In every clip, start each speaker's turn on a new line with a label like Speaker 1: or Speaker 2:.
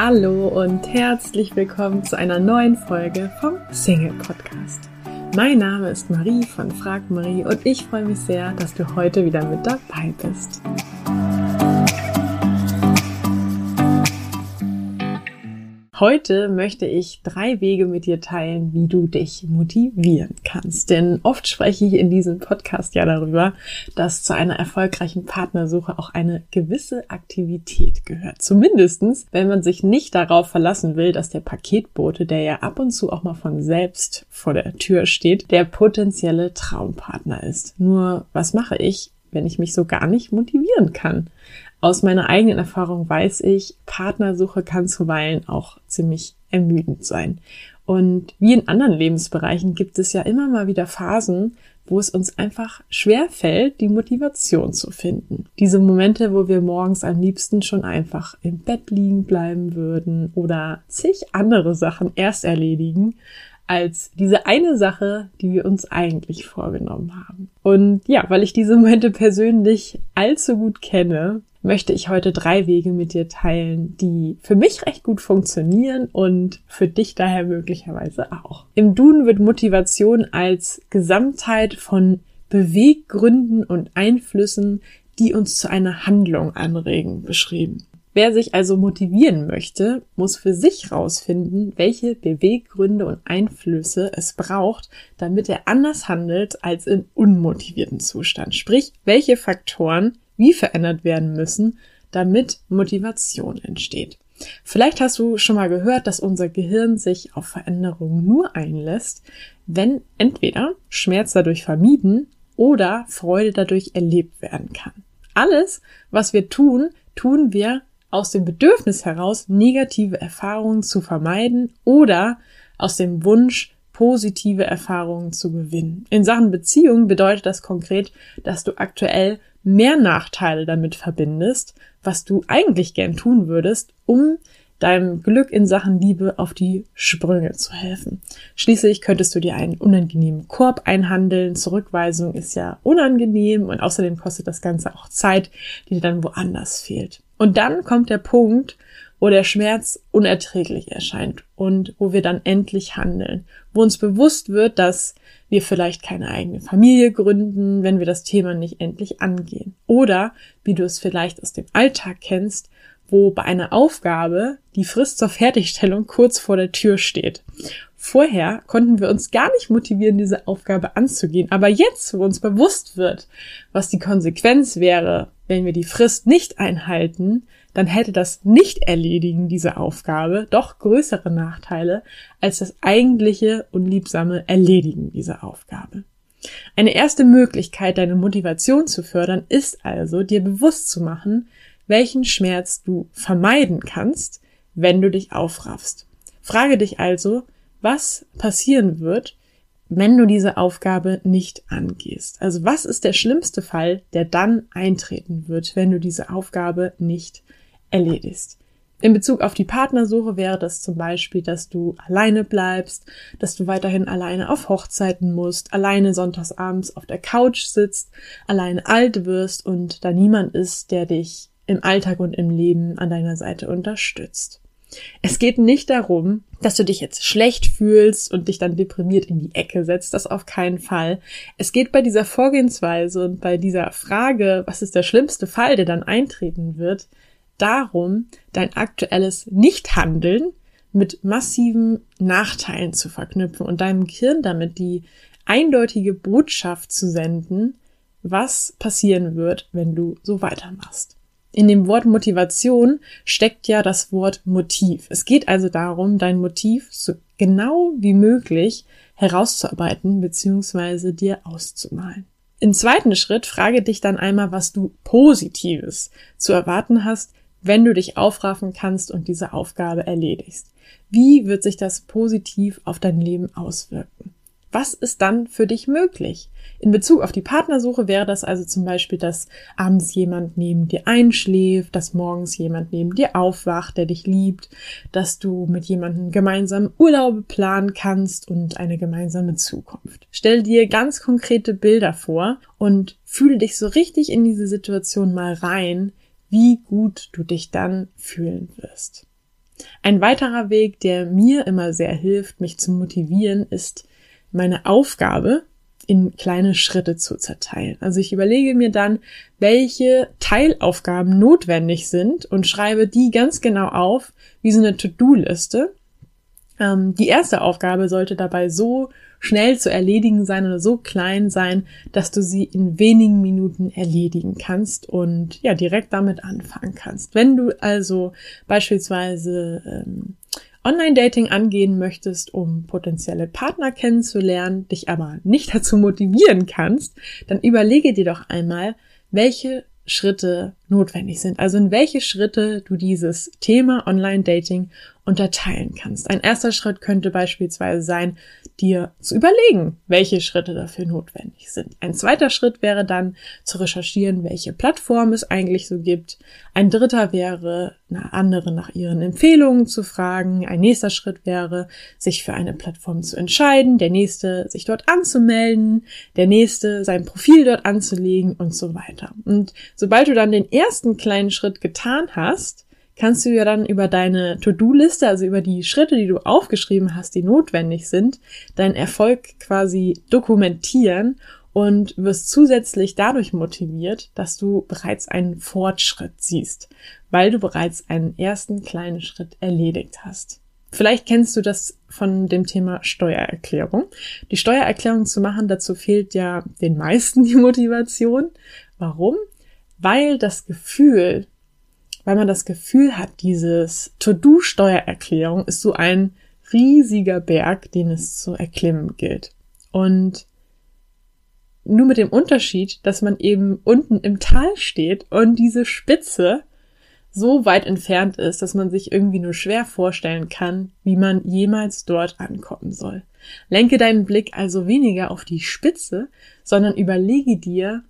Speaker 1: Hallo und herzlich willkommen zu einer neuen Folge vom Single Podcast. Mein Name ist Marie von Frag Marie und ich freue mich sehr, dass du heute wieder mit dabei bist. Heute möchte ich 3 Wege mit dir teilen, wie du dich motivieren kannst. Denn oft spreche ich in diesem Podcast ja darüber, dass zu einer erfolgreichen Partnersuche auch eine gewisse Aktivität gehört. Zumindestens, wenn man sich nicht darauf verlassen will, dass der Paketbote, der ja ab und zu auch mal von selbst vor der Tür steht, der potenzielle Traumpartner ist. Nur, was mache ich, wenn ich mich so gar nicht motivieren kann? Aus meiner eigenen Erfahrung weiß ich, Partnersuche kann zuweilen auch ziemlich ermüdend sein. Und wie in anderen Lebensbereichen gibt es ja immer mal wieder Phasen, wo es uns einfach schwerfällt, die Motivation zu finden. Diese Momente, wo wir morgens am liebsten schon einfach im Bett liegen bleiben würden oder zig andere Sachen erst erledigen, als diese eine Sache, die wir uns eigentlich vorgenommen haben. Und ja, weil ich diese Momente persönlich allzu gut kenne, möchte ich heute 3 Wege mit dir teilen, die für mich recht gut funktionieren und für dich daher möglicherweise auch. Im Duden wird Motivation als Gesamtheit von Beweggründen und Einflüssen, die uns zu einer Handlung anregen, beschrieben. Wer sich also motivieren möchte, muss für sich rausfinden, welche Beweggründe und Einflüsse es braucht, damit er anders handelt als im unmotivierten Zustand. Sprich, welche Faktoren wie verändert werden müssen, damit Motivation entsteht. Vielleicht hast du schon mal gehört, dass unser Gehirn sich auf Veränderungen nur einlässt, wenn entweder Schmerz dadurch vermieden oder Freude dadurch erlebt werden kann. Alles, was wir tun, tun wir aus dem Bedürfnis heraus, negative Erfahrungen zu vermeiden oder aus dem Wunsch, positive Erfahrungen zu gewinnen. In Sachen Beziehung bedeutet das konkret, dass du aktuell mehr Nachteile damit verbindest, was du eigentlich gern tun würdest, um deinem Glück in Sachen Liebe auf die Sprünge zu helfen. Schließlich könntest du dir einen unangenehmen Korb einhandeln. Zurückweisung ist ja unangenehm und außerdem kostet das Ganze auch Zeit, die dir dann woanders fehlt. Und dann kommt der Punkt, wo der Schmerz unerträglich erscheint und wo wir dann endlich handeln, wo uns bewusst wird, dass wir vielleicht keine eigene Familie gründen, wenn wir das Thema nicht endlich angehen. Oder, wie du es vielleicht aus dem Alltag kennst, wo bei einer Aufgabe die Frist zur Fertigstellung kurz vor der Tür steht. Vorher konnten wir uns gar nicht motivieren, diese Aufgabe anzugehen. Aber jetzt, wo uns bewusst wird, was die Konsequenz wäre, wenn wir die Frist nicht einhalten, dann hätte das Nicht-Erledigen dieser Aufgabe doch größere Nachteile als das eigentliche unliebsame Erledigen dieser Aufgabe. Eine erste Möglichkeit, deine Motivation zu fördern, ist also, dir bewusst zu machen, welchen Schmerz du vermeiden kannst, wenn du dich aufraffst. Frage dich also, was passieren wird, wenn du diese Aufgabe nicht angehst. Also was ist der schlimmste Fall, der dann eintreten wird, wenn du diese Aufgabe nicht erledigst? In Bezug auf die Partnersuche wäre das zum Beispiel, dass du alleine bleibst, dass du weiterhin alleine auf Hochzeiten musst, alleine sonntagsabends auf der Couch sitzt, alleine alt wirst und da niemand ist, der dich im Alltag und im Leben an deiner Seite unterstützt. Es geht nicht darum, dass du dich jetzt schlecht fühlst und dich dann deprimiert in die Ecke setzt, das auf keinen Fall. Es geht bei dieser Vorgehensweise und bei dieser Frage, was ist der schlimmste Fall, der dann eintreten wird, darum, dein aktuelles Nichthandeln mit massiven Nachteilen zu verknüpfen und deinem Gehirn damit die eindeutige Botschaft zu senden, was passieren wird, wenn du so weitermachst. In dem Wort Motivation steckt ja das Wort Motiv. Es geht also darum, dein Motiv so genau wie möglich herauszuarbeiten bzw. dir auszumalen. Im zweiten Schritt frage dich dann einmal, was du Positives zu erwarten hast, wenn du dich aufraffen kannst und diese Aufgabe erledigst. Wie wird sich das positiv auf dein Leben auswirken? Was ist dann für dich möglich? In Bezug auf die Partnersuche wäre das also zum Beispiel, dass abends jemand neben dir einschläft, dass morgens jemand neben dir aufwacht, der dich liebt, dass du mit jemandem gemeinsam Urlaube planen kannst und eine gemeinsame Zukunft. Stell dir ganz konkrete Bilder vor und fühle dich so richtig in diese Situation mal rein, wie gut du dich dann fühlen wirst. Ein weiterer Weg, der mir immer sehr hilft, mich zu motivieren, ist meine Aufgabe in kleine Schritte zu zerteilen. Also ich überlege mir dann, welche Teilaufgaben notwendig sind und schreibe die ganz genau auf, wie so eine To-Do-Liste. Die erste Aufgabe sollte dabei so schnell zu erledigen sein oder so klein sein, dass du sie in wenigen Minuten erledigen kannst und ja direkt damit anfangen kannst. Wenn du also beispielsweise Online-Dating angehen möchtest, um potenzielle Partner kennenzulernen, dich aber nicht dazu motivieren kannst, dann überlege dir doch einmal, welche Schritte notwendig sind. Also in welche Schritte du dieses Thema Online-Dating unterteilen kannst. Ein erster Schritt könnte beispielsweise sein, dir zu überlegen, welche Schritte dafür notwendig sind. Ein zweiter Schritt wäre dann zu recherchieren, welche Plattformen es eigentlich so gibt. Ein dritter wäre, andere nach ihren Empfehlungen zu fragen. Ein nächster Schritt wäre, sich für eine Plattform zu entscheiden. Der nächste, sich dort anzumelden. Der nächste, sein Profil dort anzulegen und so weiter. Und sobald du dann den ersten kleinen Schritt getan hast, kannst du ja dann über deine To-Do-Liste, also über die Schritte, die du aufgeschrieben hast, die notwendig sind, deinen Erfolg quasi dokumentieren und wirst zusätzlich dadurch motiviert, dass du bereits einen Fortschritt siehst, weil du bereits einen ersten kleinen Schritt erledigt hast. Vielleicht kennst du das von dem Thema Steuererklärung. Die Steuererklärung zu machen, dazu fehlt ja den meisten die Motivation. Warum? Weil man das Gefühl hat, dieses To-Do-Steuererklärung ist so ein riesiger Berg, den es zu erklimmen gilt. Und nur mit dem Unterschied, dass man eben unten im Tal steht und diese Spitze so weit entfernt ist, dass man sich irgendwie nur schwer vorstellen kann, wie man jemals dort ankommen soll. Lenke deinen Blick also weniger auf die Spitze, sondern überlege dir,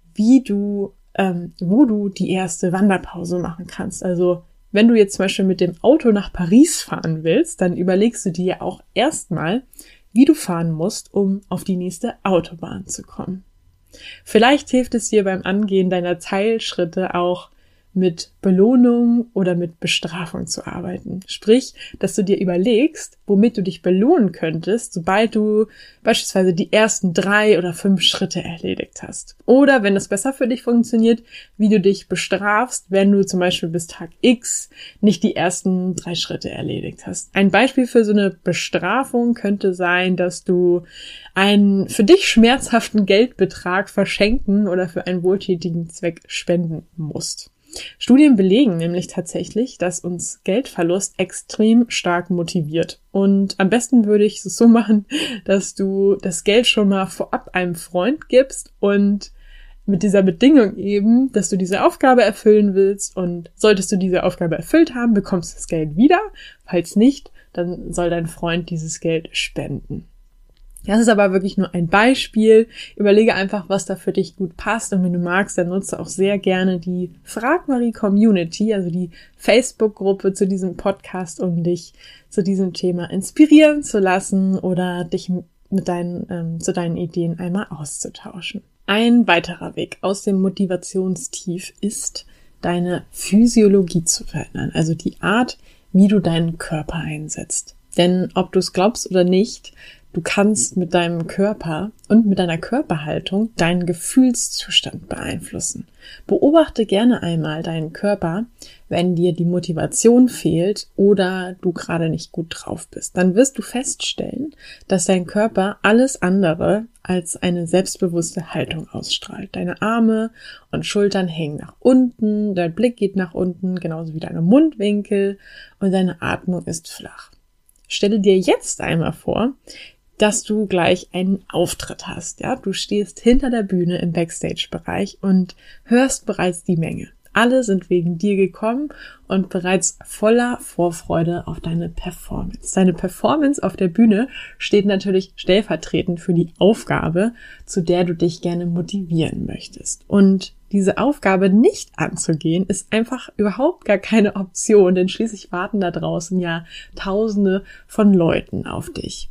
Speaker 1: wo du die erste Wanderpause machen kannst. Also wenn du jetzt zum Beispiel mit dem Auto nach Paris fahren willst, dann überlegst du dir auch erstmal, wie du fahren musst, um auf die nächste Autobahn zu kommen. Vielleicht hilft es dir beim Angehen deiner Teilschritte auch, mit Belohnung oder mit Bestrafung zu arbeiten. Sprich, dass du dir überlegst, womit du dich belohnen könntest, sobald du beispielsweise die ersten 3 oder 5 Schritte erledigt hast. Oder, wenn das besser für dich funktioniert, wie du dich bestrafst, wenn du zum Beispiel bis Tag X nicht die ersten 3 Schritte erledigt hast. Ein Beispiel für so eine Bestrafung könnte sein, dass du einen für dich schmerzhaften Geldbetrag verschenken oder für einen wohltätigen Zweck spenden musst. Studien belegen nämlich tatsächlich, dass uns Geldverlust extrem stark motiviert. Und am besten würde ich es so machen, dass du das Geld schon mal vorab einem Freund gibst und mit dieser Bedingung eben, dass du diese Aufgabe erfüllen willst, und solltest du diese Aufgabe erfüllt haben, bekommst du das Geld wieder. Falls nicht, dann soll dein Freund dieses Geld spenden. Das ist aber wirklich nur ein Beispiel. Überlege einfach, was da für dich gut passt. Und wenn du magst, dann nutze auch sehr gerne die Frag Marie Community, also die Facebook-Gruppe zu diesem Podcast, um dich zu diesem Thema inspirieren zu lassen oder dich mit zu deinen Ideen einmal auszutauschen. Ein weiterer Weg aus dem Motivationstief ist, deine Physiologie zu verändern, also die Art, wie du deinen Körper einsetzt. Denn ob du es glaubst oder nicht, du kannst mit deinem Körper und mit deiner Körperhaltung deinen Gefühlszustand beeinflussen. Beobachte gerne einmal deinen Körper, wenn dir die Motivation fehlt oder du gerade nicht gut drauf bist. Dann wirst du feststellen, dass dein Körper alles andere als eine selbstbewusste Haltung ausstrahlt. Deine Arme und Schultern hängen nach unten, dein Blick geht nach unten, genauso wie deine Mundwinkel, und deine Atmung ist flach. Stelle dir jetzt einmal vor, dass du gleich einen Auftritt hast. Ja, du stehst hinter der Bühne im Backstage-Bereich und hörst bereits die Menge. Alle sind wegen dir gekommen und bereits voller Vorfreude auf deine Performance. Deine Performance auf der Bühne steht natürlich stellvertretend für die Aufgabe, zu der du dich gerne motivieren möchtest. Und diese Aufgabe nicht anzugehen, ist einfach überhaupt gar keine Option, denn schließlich warten da draußen ja Tausende von Leuten auf dich.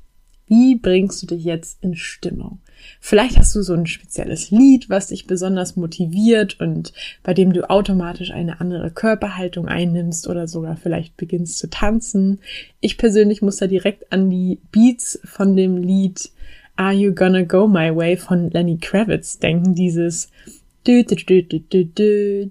Speaker 1: Wie bringst du dich jetzt in Stimmung? Vielleicht hast du so ein spezielles Lied, was dich besonders motiviert und bei dem du automatisch eine andere Körperhaltung einnimmst oder sogar vielleicht beginnst zu tanzen. Ich persönlich muss da direkt an die Beats von dem Lied Are You Gonna Go My Way von Lenny Kravitz denken, dieses Ich glaube,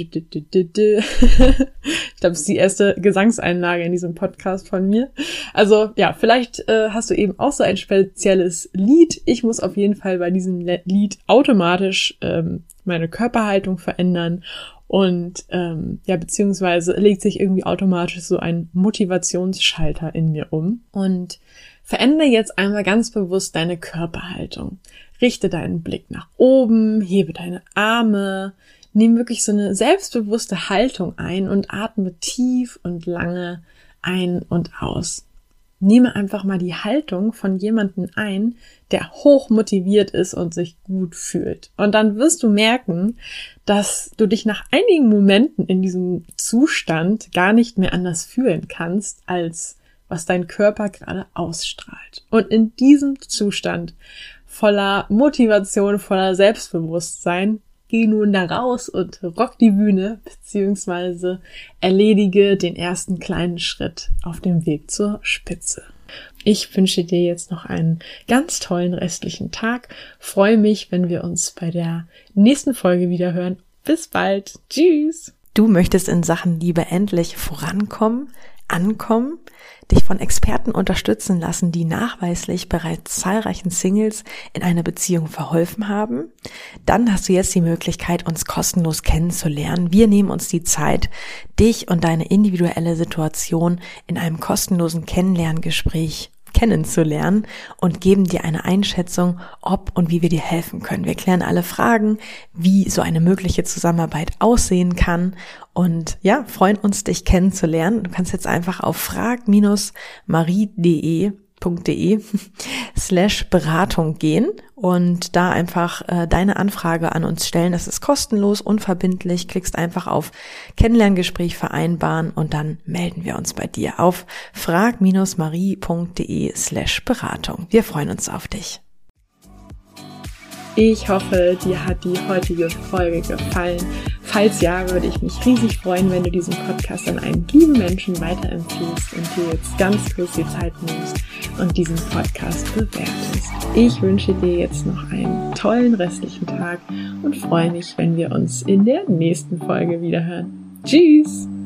Speaker 1: das ist die erste Gesangseinlage in diesem Podcast von mir. Also ja, vielleicht hast du eben auch so ein spezielles Lied. Ich muss auf jeden Fall bei diesem Lied automatisch meine Körperhaltung verändern und beziehungsweise legt sich irgendwie automatisch so ein Motivationsschalter in mir um. Und verändere jetzt einmal ganz bewusst deine Körperhaltung. Richte deinen Blick nach oben, hebe deine Arme, nimm wirklich so eine selbstbewusste Haltung ein und atme tief und lange ein und aus. Nehme einfach mal die Haltung von jemandem ein, der hoch motiviert ist und sich gut fühlt. Und dann wirst du merken, dass du dich nach einigen Momenten in diesem Zustand gar nicht mehr anders fühlen kannst, als was dein Körper gerade ausstrahlt. Und in diesem Zustand voller Motivation, voller Selbstbewusstsein, geh nun da raus und rock die Bühne, beziehungsweise erledige den ersten kleinen Schritt auf dem Weg zur Spitze. Ich wünsche dir jetzt noch einen ganz tollen restlichen Tag. Freue mich, wenn wir uns bei der nächsten Folge wieder hören. Bis bald. Tschüss.
Speaker 2: Du möchtest in Sachen Liebe endlich vorankommen, ankommen, dich von Experten unterstützen lassen, die nachweislich bereits zahlreichen Singles in eine Beziehung verholfen haben? Dann hast du jetzt die Möglichkeit, uns kostenlos kennenzulernen. Wir nehmen uns die Zeit, dich und deine individuelle Situation in einem kostenlosen Kennenlerngespräch kennenzulernen und geben dir eine Einschätzung, ob und wie wir dir helfen können. Wir klären alle Fragen, wie so eine mögliche Zusammenarbeit aussehen kann und ja, freuen uns, dich kennenzulernen. Du kannst jetzt einfach auf frag-marie.de/Beratung gehen und da einfach deine Anfrage an uns stellen. Das ist kostenlos, unverbindlich. Klickst einfach auf Kennenlerngespräch vereinbaren und dann melden wir uns bei dir auf frag-marie.de/Beratung. Wir freuen uns auf dich.
Speaker 1: Ich hoffe, dir hat die heutige Folge gefallen. Falls ja, würde ich mich riesig freuen, wenn du diesen Podcast an einen lieben Menschen weiterempfiehlst und dir jetzt ganz kurz die Zeit nimmst und diesen Podcast bewertest. Ich wünsche dir jetzt noch einen tollen restlichen Tag und freue mich, wenn wir uns in der nächsten Folge wiederhören. Tschüss!